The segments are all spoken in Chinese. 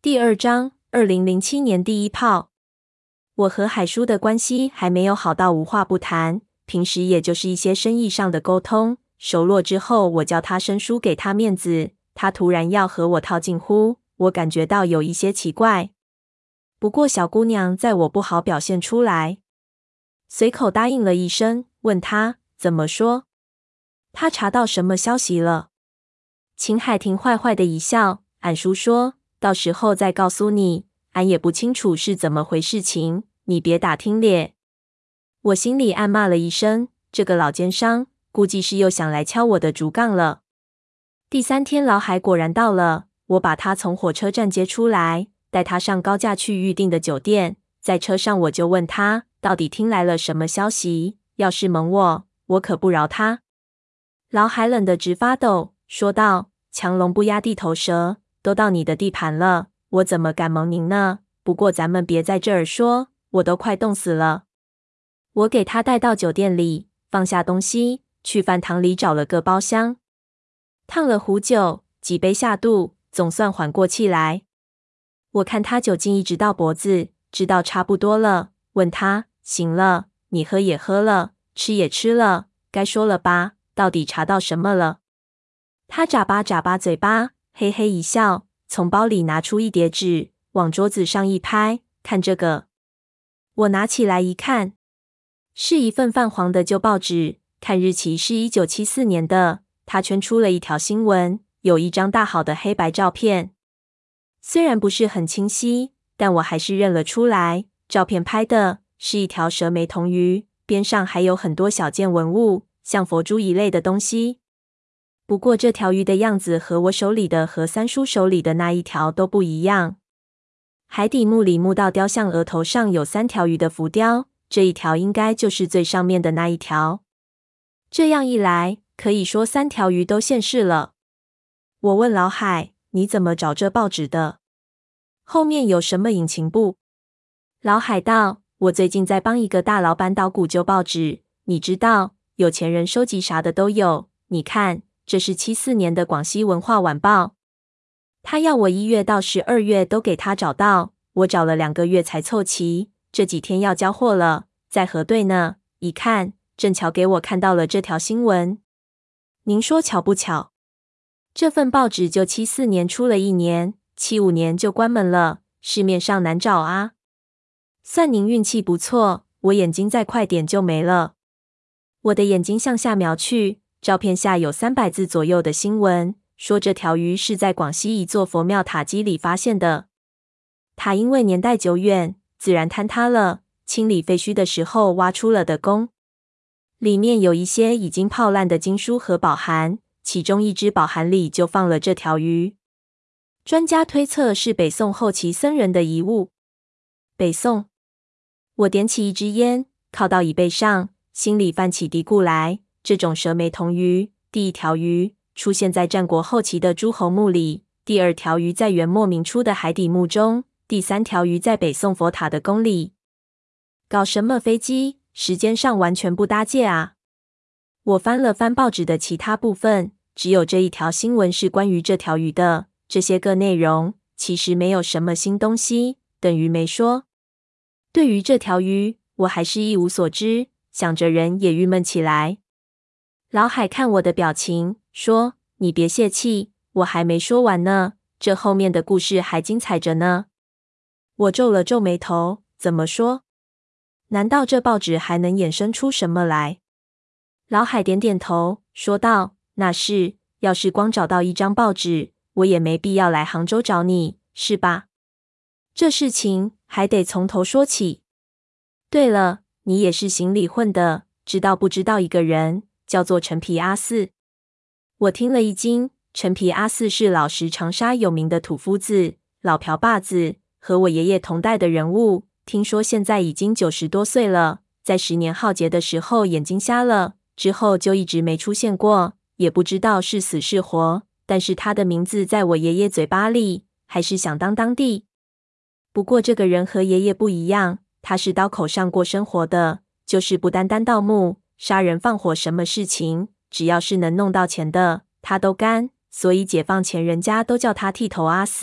第2章2007年第一炮。我和海叔的关系还没有好到无话不谈，平时也就是一些生意上的沟通。熟络之后，我叫他生疏给他面子，他突然要和我套近乎，我感觉到有一些奇怪。不过小姑娘在我不好表现出来，随口答应了一声，问他怎么说。他查到什么消息了？秦海婷坏坏的一笑，俺叔说到时候再告诉你，俺也不清楚是怎么回事情，你别打听咧。我心里暗骂了一声，这个老奸商估计是又想来敲我的竹杠了。第3天老海果然到了，我把他从火车站接出来，带他上高架去预定的酒店。在车上我就问他到底听来了什么消息，要是蒙我，我可不饶他。老海冷得直发抖，说道：强龙不压地头蛇，都到你的地盘了，我怎么敢蒙您呢？不过咱们别在这儿说，我都快冻死了。我给他带到酒店里，放下东西，去饭堂里找了个包厢，烫了壶酒，几杯下肚，总算缓过气来。我看他酒劲一直到脖子，知道差不多了，问他：行了，你喝也喝了，吃也吃了，该说了吧，到底查到什么了？他眨巴眨巴嘴巴，嘿嘿一笑，从包里拿出一叠纸，往桌子上一拍，看这个。我拿起来一看，是一份泛黄的旧报纸，看日期是1974年的。他圈出了一条新闻，有一张大好的黑白照片，虽然不是很清晰，但我还是认了出来。照片拍的是一条蛇眉铜鱼，边上还有很多小件文物，像佛珠一类的东西。不过这条鱼的样子和我手里的和三叔手里的那一条都不一样。海底墓里墓道雕像额头上有3条鱼的浮雕，这一条应该就是最上面的那一条。这样一来，可以说3条鱼都现世了。我问老海，你怎么找这报纸的？后面有什么隐情不？老海道，我最近在帮一个大老板捣鼓旧报纸，你知道，有钱人收集啥的都有。你看，这是74年的广西文化晚报。他要我1月到12月都给他找到，我找了2个月才凑齐，这几天要交货了，在核对呢。一看，正巧给我看到了这条新闻。您说巧不巧？这份报纸就74年出了1年，75年就关门了，市面上难找啊。算您运气不错，我眼睛再快点就没了。我的眼睛向下瞄去，照片下有300字左右的新闻，说这条鱼是在广西一座佛庙塔基里发现的。塔因为年代久远，自然坍塌了，清理废墟的时候挖出了的工。里面有一些已经泡烂的经书和宝函，其中一只宝函里就放了这条鱼。专家推测是北宋后期僧人的遗物。北宋，我点起一支烟，靠到椅背上，心里泛起嘀咕来。这种蛇眉铜鱼，第1条鱼出现在战国后期的诸侯墓里，第2条鱼在元末明初的海底墓中，第3条鱼在北宋佛塔的宫里。搞什么飞机？时间上完全不搭界啊！我翻了翻报纸的其他部分，只有这一条新闻是关于这条鱼的，这些个内容其实没有什么新东西，等于没说。对于这条鱼，我还是一无所知，想着人也郁闷起来。老海看我的表情，说：你别泄气，我还没说完呢，这后面的故事还精彩着呢。我皱了皱眉头，怎么说？难道这报纸还能衍生出什么来？老海点点头，说道：那是，要是光找到一张报纸，我也没必要来杭州找你，是吧？这事情还得从头说起。对了，你也是行里混的，知道不知道一个人叫做陈皮阿四？我听了一惊，陈皮阿四是老石长沙有名的土夫子，老瓢把子，和我爷爷同代的人物。听说现在已经90多岁了，在10年浩劫的时候眼睛瞎了，之后就一直没出现过，也不知道是死是活，但是他的名字在我爷爷嘴巴里还是响当当地。不过这个人和爷爷不一样，他是刀口上过生活的，就是不单单盗墓、杀人放火什么事情，只要是能弄到钱的，他都干，所以解放前人家都叫他剃头阿四，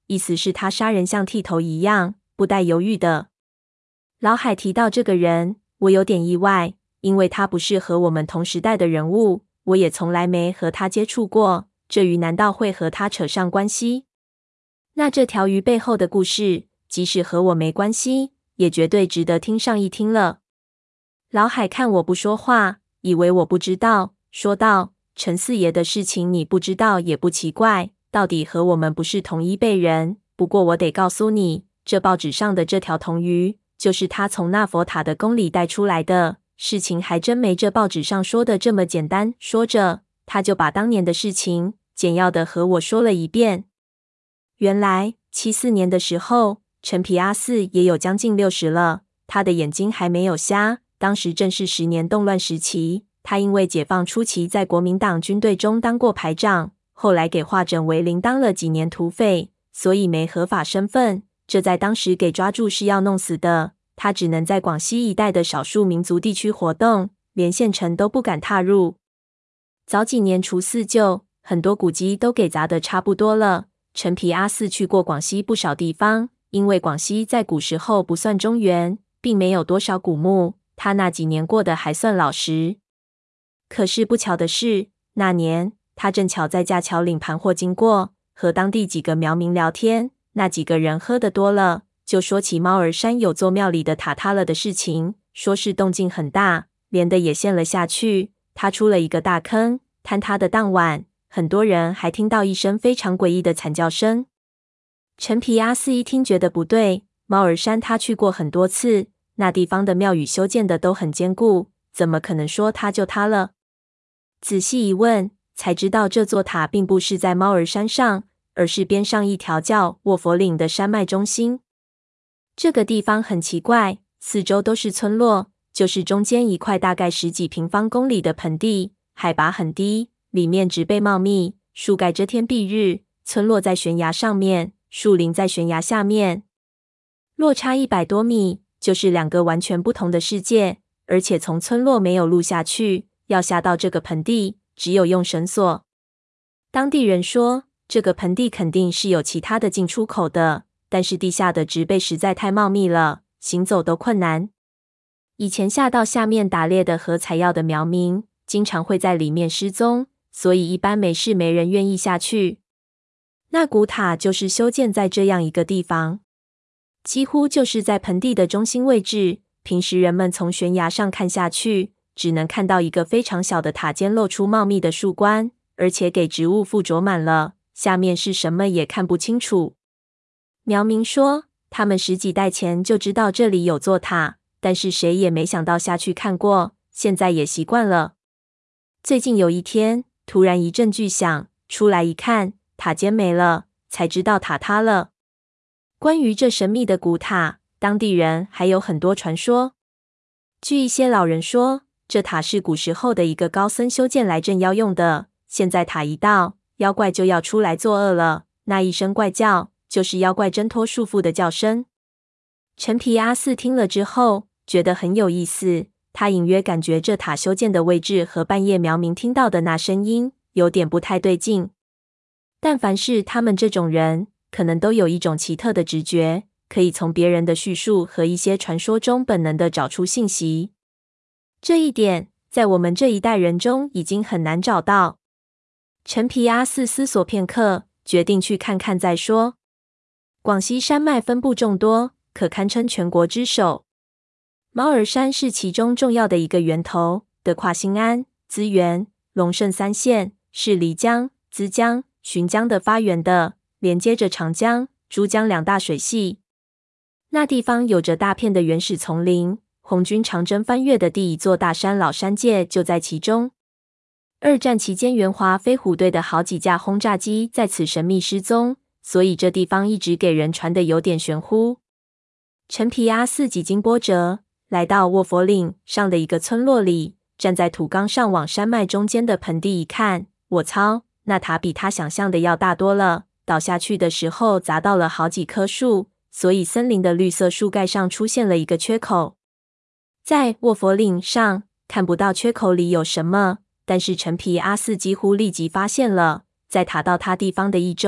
意思是他杀人像剃头一样，不带犹豫的。老海提到这个人，我有点意外，因为他不是和我们同时代的人物，我也从来没和他接触过，这鱼难道会和他扯上关系？那这条鱼背后的故事，即使和我没关系，也绝对值得听上一听了。老海看我不说话，以为我不知道，说道：“陈四爷的事情你不知道也不奇怪，到底和我们不是同一辈人。不过我得告诉你，这报纸上的这条铜鱼，就是他从那佛塔的宫里带出来的。事情还真没这报纸上说的这么简单。”说着，他就把当年的事情简要的和我说了一遍。原来74年的时候，陈皮阿四也有将近60了，他的眼睛还没有瞎。当时正是10年动乱时期，他因为解放初期在国民党军队中当过排长，后来给化整为零当了几年土匪，所以没合法身份，这在当时给抓住是要弄死的。他只能在广西一带的少数民族地区活动，连县城都不敢踏入。早几年除四旧，很多古迹都给砸得差不多了。陈皮阿四去过广西不少地方，因为广西在古时候不算中原，并没有多少古墓，他那几年过得还算老实。可是不巧的是，那年他正巧在架桥岭盘货经过，和当地几个苗民聊天，那几个人喝得多了，就说起猫儿山有座庙里的塔塌了的事情，说是动静很大，连的也陷了下去，他出了一个大坑。坍塌的当晚，很多人还听到一声非常诡异的惨叫声。陈皮阿四一听觉得不对，猫儿山他去过很多次，那地方的庙宇修建的都很坚固，怎么可能说塌就塌了？仔细一问，才知道这座塔并不是在猫儿山上，而是边上一条叫卧佛岭的山脉中心。这个地方很奇怪，四周都是村落，就是中间一块大概10几平方公里的盆地，海拔很低，里面植被茂密，树盖遮天蔽日，村落在悬崖上面，树林在悬崖下面，落差100多米，就是2个完全不同的世界。而且从村落没有路下去，要下到这个盆地，只有用绳索。当地人说，这个盆地肯定是有其他的进出口的，但是地下的植被实在太茂密了，行走都困难。以前下到下面打猎的和采药的苗民，经常会在里面失踪，所以一般没事没人愿意下去。那古塔就是修建在这样一个地方，几乎就是在盆地的中心位置。平时人们从悬崖上看下去，只能看到一个非常小的塔尖露出茂密的树冠，而且给植物附着满了，下面是什么也看不清楚。苗民说，他们10几代前就知道这里有座塔，但是谁也没想到下去看过，现在也习惯了。最近有一天，突然一阵巨响，出来一看，塔尖没了，才知道塔塌了。关于这神秘的古塔，当地人还有很多传说。据一些老人说，这塔是古时候的一个高僧修建来镇妖用的，现在塔一到，妖怪就要出来作恶了，那一声怪叫，就是妖怪挣脱束缚的叫声。陈皮阿四听了之后，觉得很有意思，他隐约感觉这塔修建的位置和半夜苗民听到的那声音有点不太对劲。但凡是他们这种人，可能都有一种奇特的直觉，可以从别人的叙述和一些传说中本能的找出信息。这一点，在我们这一代人中已经很难找到。陈皮阿四思索片刻，决定去看看再说。广西山脉分布众多，可堪称全国之首。猫儿山是其中重要的一个源头，的跨新安、资源、龙胜3县，是漓江、资江、浔江的发源的，连接着长江、珠江2大水系。那地方有着大片的原始丛林，红军长征翻越的第一座大山老山界就在其中。2战期间，援华飞虎队的好几架轰炸机在此神秘失踪，所以这地方一直给人传得有点玄乎。陈皮阿四几经波折，来到卧佛岭上的一个村落里，站在土岗上往山脉中间的盆地一看，我操，那塔比他想象的要大多了，倒下去的时候砸到了好几棵树，所以森林的绿色树盖上出现了一个缺口。在卧佛岭上看不到缺口里有什么，但是陈皮阿四几乎立即发现了，在塔到他地方的一周，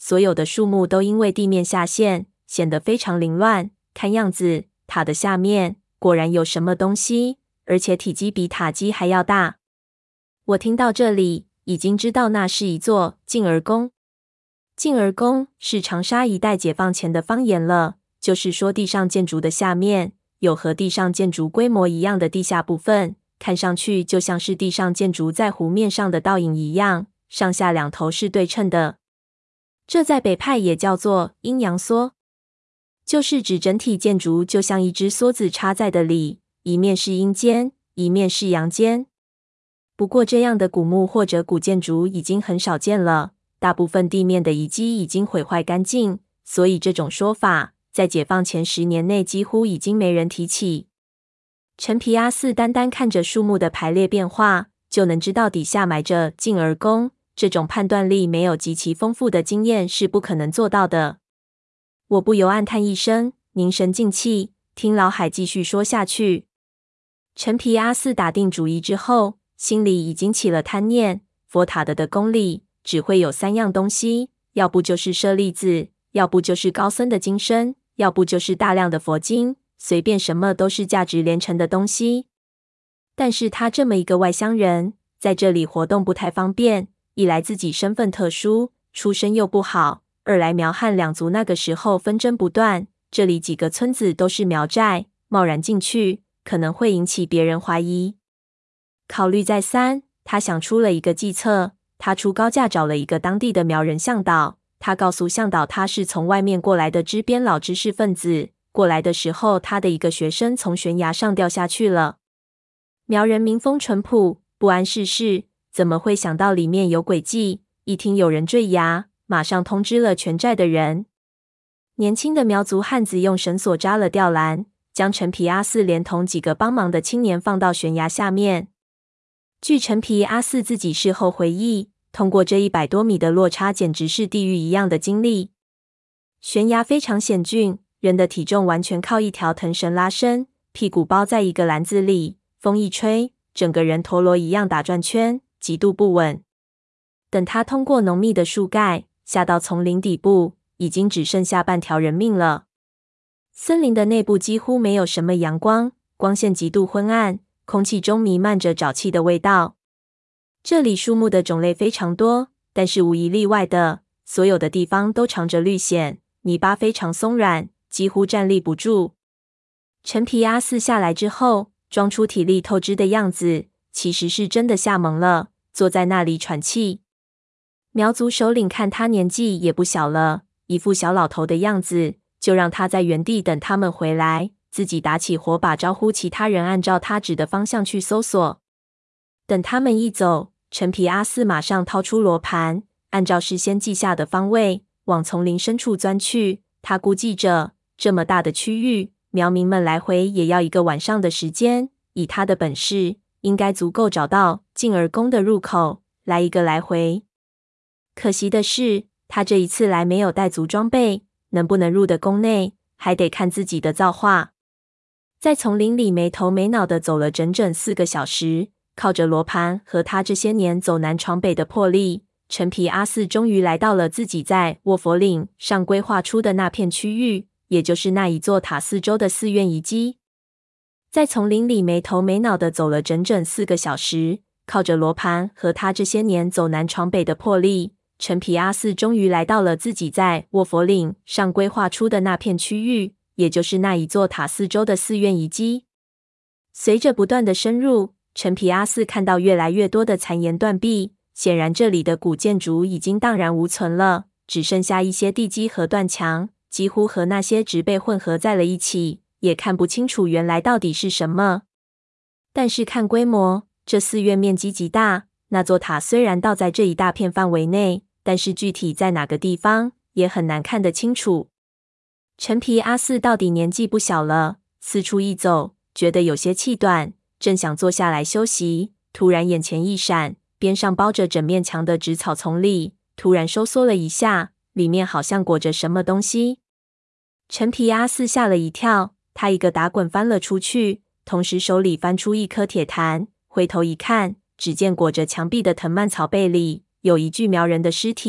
所有的树木都因为地面下陷，显得非常凌乱。看样子，塔的下面果然有什么东西，而且体积比塔基还要大。我听到这里，已经知道那是一座镜儿宫。镜儿宫是长沙一带解放前的方言了，就是说地上建筑的下面有和地上建筑规模一样的地下部分，看上去就像是地上建筑在湖面上的倒影一样，上下两头是对称的。这在北派也叫做阴阳梭，就是指整体建筑就像一只梭子插在的里，一面是阴间，一面是阳间。不过这样的古墓或者古建筑已经很少见了，大部分地面的遗迹已经毁坏干净，所以这种说法在解放前10年内几乎已经没人提起。陈皮阿四单单看着树木的排列变化，就能知道底下埋着镜儿宫，这种判断力没有极其丰富的经验是不可能做到的。我不由暗叹一声，凝神静气，听老海继续说下去。陈皮阿四打定主意之后，心里已经起了贪念，佛塔的宫里只会有3样东西，要不就是舍利子，要不就是高僧的经身，要不就是大量的佛经，随便什么都是价值连城的东西。但是他这么一个外乡人，在这里活动不太方便，一来自己身份特殊，出身又不好，二来苗汉两族那个时候纷争不断，这里几个村子都是苗寨，贸然进去可能会引起别人怀疑。考虑再三，他想出了一个计策，他出高价找了一个当地的苗人向导，他告诉向导他是从外面过来的支边老知识分子，过来的时候他的一个学生从悬崖上掉下去了。苗人民风淳朴，不谙世事，怎么会想到里面有诡计？一听有人坠崖，马上通知了全寨的人。年轻的苗族汉子用绳索扎了吊篮，将陈皮阿四连同几个帮忙的青年放到悬崖下面。据陈皮阿四自己事后回忆，通过这100多米的落差，简直是地狱一样的经历。悬崖非常险峻，人的体重完全靠一条藤绳拉伸，屁股包在一个篮子里，风一吹，整个人陀螺一样打转圈，极度不稳。等他通过浓密的树盖，下到丛林底部，已经只剩下半条人命了。森林的内部几乎没有什么阳光，光线极度昏暗，空气中弥漫着沼气的味道。这里树木的种类非常多，但是无一例外的，所有的地方都藏着绿藓，泥巴非常松软，几乎站立不住。陈皮阿四下来之后，装出体力透支的样子，其实是真的吓懵了，坐在那里喘气。苗族首领看他年纪也不小了，一副小老头的样子，就让他在原地等他们回来，自己打起火把招呼其他人按照他指的方向去搜索。等他们一走，陈皮阿四马上掏出罗盘，按照事先记下的方位往丛林深处钻去。他估计着这么大的区域，苗民们来回也要1个晚上的时间，以他的本事，应该足够找到镜儿宫的入口，来1个来回。可惜的是，他这一次来没有带足装备，能不能入的宫内，还得看自己的造化。在丛林里没头没脑的走了整整4个小时，靠着罗盘和他这些年走南闯北的魄力，陈皮阿四终于来到了自己在卧佛岭上规划出的那片区域，也就是那一座塔四周的寺院遗迹。在丛林里没头没脑的走了整整4个小时，靠着罗盘和他这些年走南闯北的魄力，陈皮阿四终于来到了自己在卧佛岭上规划出的那片区域，也就是那一座塔四周的寺院遗迹。随着不断的深入，陈皮阿四看到越来越多的残垣断壁，显然这里的古建筑已经荡然无存了，只剩下一些地基和断墙，几乎和那些植被混合在了一起，也看不清楚原来到底是什么。但是看规模，这寺院面积极大，那座塔虽然倒在这一大片范围内，但是具体在哪个地方，也很难看得清楚。陈皮阿四到底年纪不小了，四处一走，觉得有些气短，正想坐下来休息，突然眼前一闪，边上包着整面墙的植草丛里，突然收缩了一下，里面好像裹着什么东西。陈皮阿四吓了一跳，他一个打滚翻了出去，同时手里翻出一颗铁坛，回头一看，只见裹着墙壁的藤蔓草被里有一具苗人的尸体，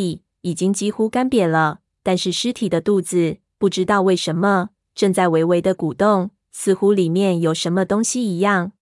已经几乎干瘪了，但是尸体的肚子不知道为什么正在微微的鼓动，似乎里面有什么东西一样。